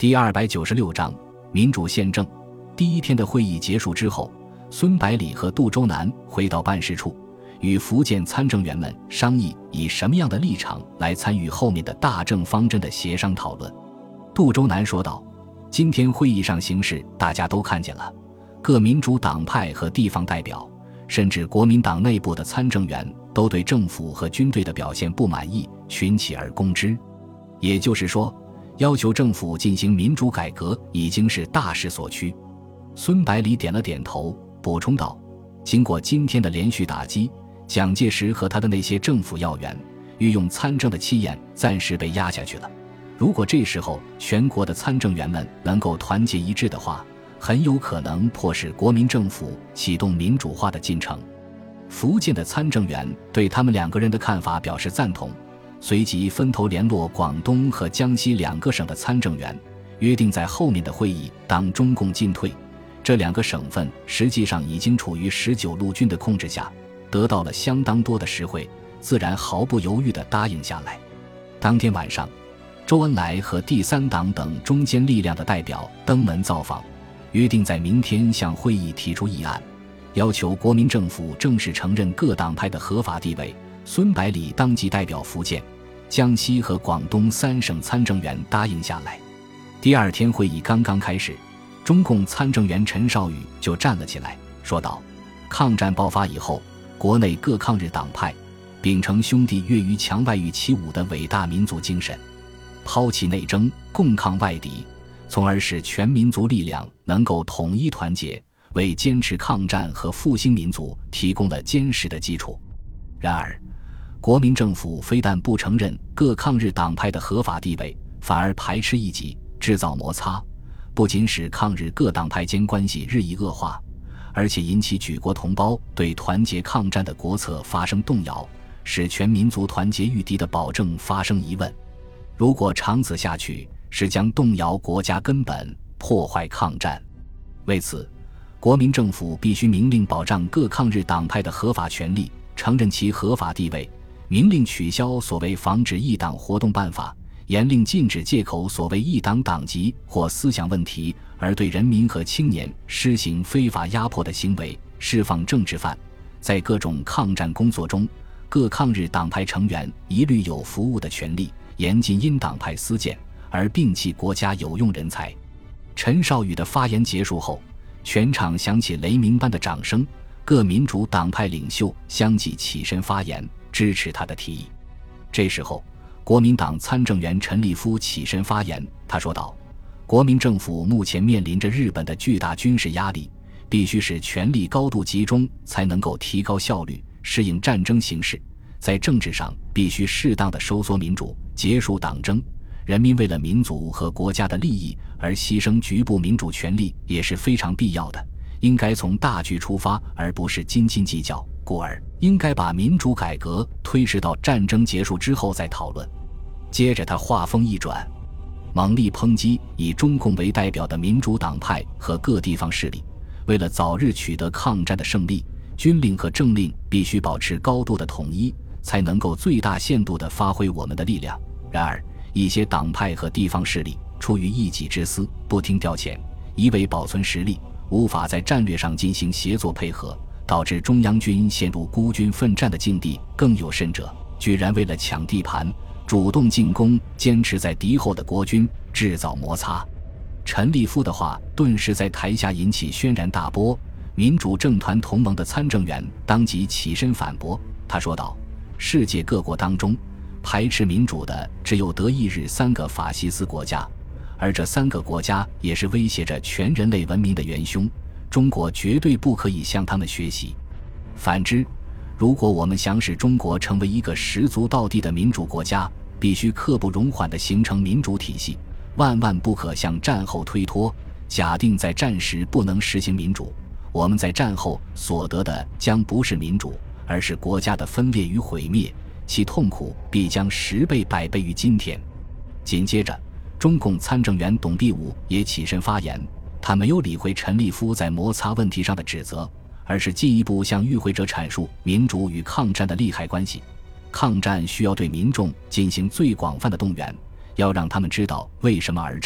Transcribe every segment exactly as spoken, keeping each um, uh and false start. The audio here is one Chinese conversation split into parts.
第二百九十六章民主宪政。第一天的会议结束之后，孙百里和杜周南回到办事处，与福建参政员们商议以什么样的立场来参与后面的大政方针的协商讨论。杜周南说道，今天会议上形势大家都看见了，各民主党派和地方代表，甚至国民党内部的参政员都对政府和军队的表现不满意，群起而攻之。也就是说，要求政府进行民主改革已经是大势所趋。孙百里点了点头，补充道，经过今天的连续打击，蒋介石和他的那些政府要员御用参政的气焰暂时被压下去了。如果这时候全国的参政员们能够团结一致的话，很有可能迫使国民政府启动民主化的进程。福建的参政员对他们两个人的看法表示赞同，随即分头联络广东和江西两个省的参政员，约定在后面的会议当中共进退。这两个省份实际上已经处于十九路军的控制下，得到了相当多的实惠，自然毫不犹豫地答应下来。当天晚上，周恩来和第三党等中坚力量的代表登门造访，约定在明天向会议提出议案，要求国民政府正式承认各党派的合法地位。孙百里当即代表福建、江西和广东三省参政员答应下来。第二天会议刚刚开始，中共参政员陈少宇就站了起来，说道，抗战爆发以后，国内各抗日党派秉承兄弟越于强外于其武的伟大民族精神，抛弃内争，共抗外敌，从而使全民族力量能够统一团结，为坚持抗战和复兴民族提供了坚实的基础。然而，国民政府非但不承认各抗日党派的合法地位，反而排斥异己，制造摩擦，不仅使抗日各党派间关系日益恶化，而且引起举国同胞对团结抗战的国策发生动摇，使全民族团结御敌的保证发生疑问。如果长此下去，是将动摇国家根本，破坏抗战。为此，国民政府必须明令保障各抗日党派的合法权利，承认其合法地位，明令取消所谓防止异党活动办法，严令禁止借口所谓异党党籍或思想问题而对人民和青年施行非法压迫的行为，释放政治犯。在各种抗战工作中，各抗日党派成员一律有服务的权利，严禁因党派私见而摒弃国家有用人才。陈少宇的发言结束后，全场响起雷鸣般的掌声，各民主党派领袖相继起身发言，支持他的提议。这时候，国民党参政员陈立夫起身发言，他说道，国民政府目前面临着日本的巨大军事压力，必须使权力高度集中，才能够提高效率，适应战争形势。在政治上必须适当的收缩民主，结束党争。人民为了民族和国家的利益而牺牲局部民主权利也是非常必要的，应该从大局出发，而不是斤斤计较，故而应该把民主改革推迟到战争结束之后再讨论。接着他话锋一转，猛力抨击以中共为代表的民主党派和各地方势力，为了早日取得抗战的胜利，军令和政令必须保持高度的统一，才能够最大限度地发挥我们的力量。然而，一些党派和地方势力出于一己之私，不听调遣，一味保存实力，无法在战略上进行协作配合，导致中央军陷入孤军奋战的境地。更有甚者，居然为了抢地盘，主动进攻坚持在敌后的国军，制造摩擦。陈立夫的话顿时在台下引起轩然大波，民主政团同盟的参政员当即起身反驳。他说道，世界各国当中，排斥民主的只有德意日三个法西斯国家，而这三个国家也是威胁着全人类文明的元凶，中国绝对不可以向他们学习。反之，如果我们想使中国成为一个十足道地的民主国家，必须刻不容缓地形成民主体系，万万不可向战后推脱，假定在战时不能实行民主，我们在战后所得的将不是民主，而是国家的分裂与毁灭，其痛苦必将十倍百倍于今天。紧接着，中共参政员董必武也起身发言，他没有理会陈立夫在摩擦问题上的指责，而是进一步向与会者阐述民主与抗战的利害关系。抗战需要对民众进行最广泛的动员，要让他们知道为什么而战，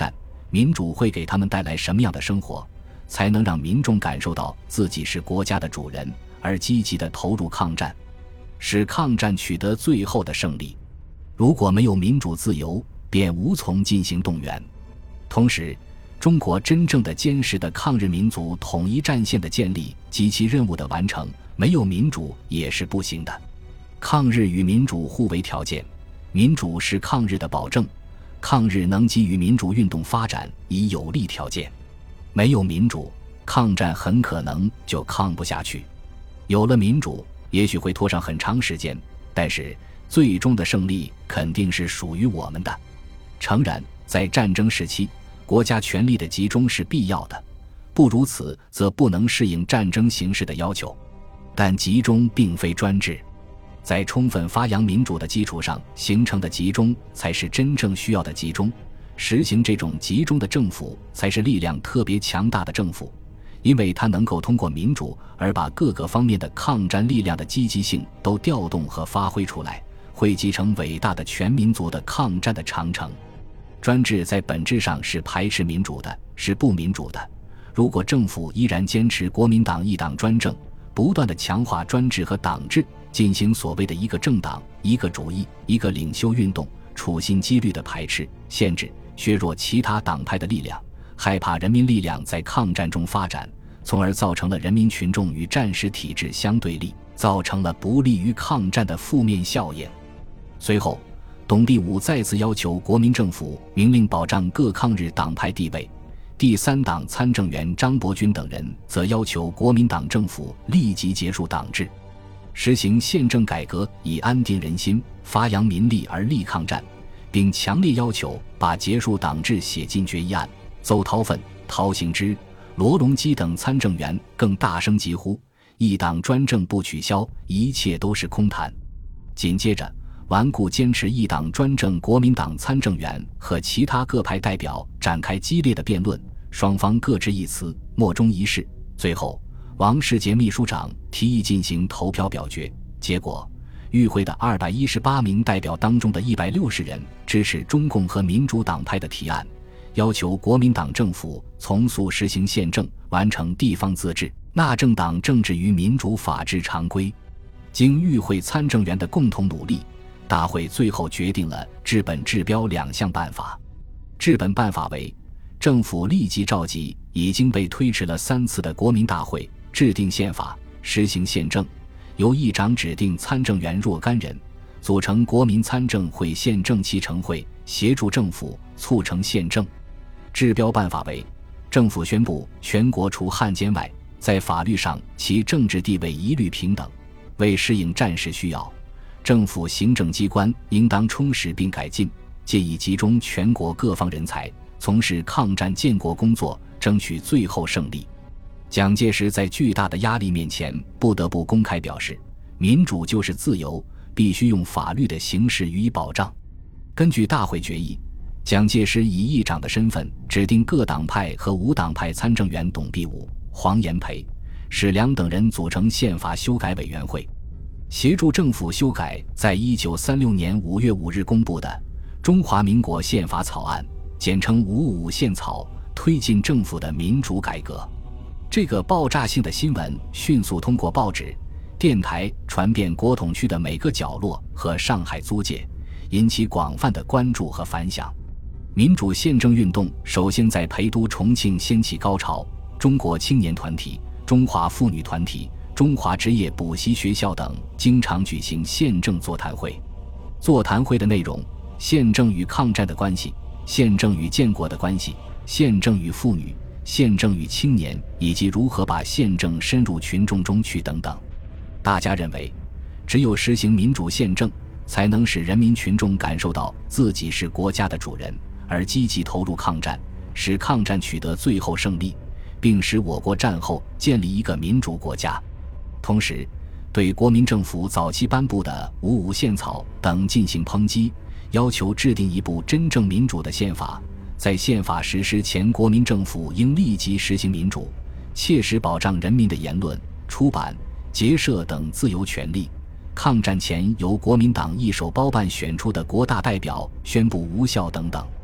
民主会给他们带来什么样的生活，才能让民众感受到自己是国家的主人，而积极地投入抗战，使抗战取得最后的胜利。如果没有民主自由，便无从进行动员。同时，中国真正的坚实的抗日民族统一战线的建立及其任务的完成，没有民主也是不行的。抗日与民主互为条件，民主是抗日的保证，抗日能给予民主运动发展以有利条件。没有民主，抗战很可能就抗不下去。有了民主，也许会拖上很长时间，但是最终的胜利肯定是属于我们的。诚然，在战争时期，国家权力的集中是必要的，不如此则不能适应战争形势的要求。但集中并非专制，在充分发扬民主的基础上形成的集中才是真正需要的集中。实行这种集中的政府才是力量特别强大的政府，因为它能够通过民主而把各个方面的抗战力量的积极性都调动和发挥出来，汇集成伟大的全民族的抗战的长城。专制在本质上是排斥民主的，是不民主的。如果政府依然坚持国民党一党专政，不断地强化专制和党制，进行所谓的一个政党、一个主义、一个领袖运动，处心积虑地排斥、限制、削弱其他党派的力量，害怕人民力量在抗战中发展，从而造成了人民群众与战时体制相对立，造成了不利于抗战的负面效应。随后，董必武再次要求国民政府明令保障各抗日党派地位，第三党参政员张伯钧等人则要求国民党政府立即结束党制，实行宪政改革，以安定人心、发扬民力而力抗战，并强烈要求把结束党制写进决议案。邹韬奋、陶行知、罗隆基等参政员更大声疾呼：一党专政不取消，一切都是空谈。紧接着，顽固坚持一党专政国民党参政员和其他各派代表展开激烈的辩论，双方各执一词，莫衷一是。最后，王世杰秘书长提议进行投票表决，结果与会的二百一十八名代表当中的一百六十人支持中共和民主党派的提案，要求国民党政府从速实行宪政，完成地方自治，纳政党政治于民主法治常规。经与会参政员的共同努力，大会最后决定了治本治标两项办法。治本办法为：政府立即召集已经被推迟了三次的国民大会，制定宪法，实行宪政，由议长指定参政员若干人，组成国民参政会宪政期成会，协助政府促成宪政。治标办法为：政府宣布全国除汉奸外，在法律上其政治地位一律平等。为适应战时需要，政府行政机关应当充实并改进，借以集中全国各方人才，从事抗战建国工作，争取最后胜利。蒋介石在巨大的压力面前，不得不公开表示，民主就是自由，必须用法律的形式予以保障。根据大会决议，蒋介石以议长的身份指定各党派和无党派参政员董必武、黄炎培、史良等人组成宪法修改委员会，协助政府修改在一九三六年五月五日公布的中华民国宪法草案，简称五五五宪草，推进政府的民主改革。这个爆炸性的新闻迅速通过报纸、电台传遍国统区的每个角落和上海租界，引起广泛的关注和反响。民主宪政运动首先在陪都重庆掀起高潮，中国青年团体、中华妇女团体、中华职业补习学校等经常举行宪政座谈会。座谈会的内容：宪政与抗战的关系、宪政与建国的关系、宪政与妇女、宪政与青年，以及如何把宪政深入群众中去等等。大家认为，只有实行民主宪政，才能使人民群众感受到自己是国家的主人，而积极投入抗战，使抗战取得最后胜利，并使我国战后建立一个民主国家。同时，对国民政府早期颁布的五五宪草等进行抨击，要求制定一部真正民主的宪法。在宪法实施前，国民政府应立即实行民主，切实保障人民的言论、出版、结社等自由权利。抗战前由国民党一手包办选出的国大代表宣布无效等等。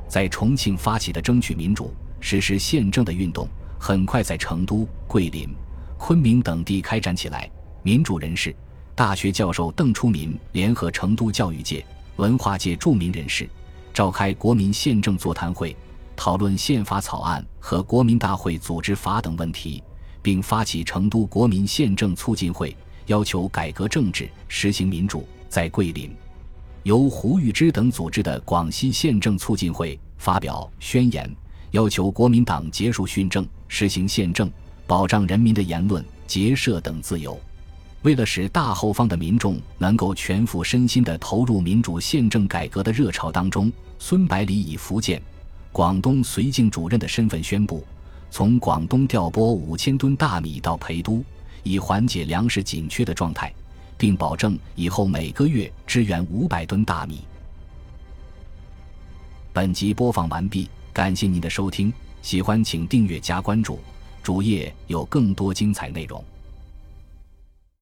在重庆发起的争取民主、实施宪政的运动，很快在成都、桂林、昆明等地开展起来。民主人士、大学教授邓初民联合成都教育界、文化界著名人士，召开国民宪政座谈会，讨论宪法草案和国民大会组织法等问题，并发起成都国民宪政促进会，要求改革政治，实行民主。在桂林，由胡玉芝等组织的广西宪政促进会发表宣言，要求国民党结束训政，实行宪政，保障人民的言论、结社等自由。为了使大后方的民众能够全副身心地投入民主宪政改革的热潮当中，孙百里以福建、广东绥靖主任的身份宣布，从广东调拨五千吨大米到陪都，以缓解粮食紧缺的状态，并保证以后每个月支援五百吨大米。本集播放完毕，感谢您的收听，喜欢请订阅加关注，主页有更多精彩内容。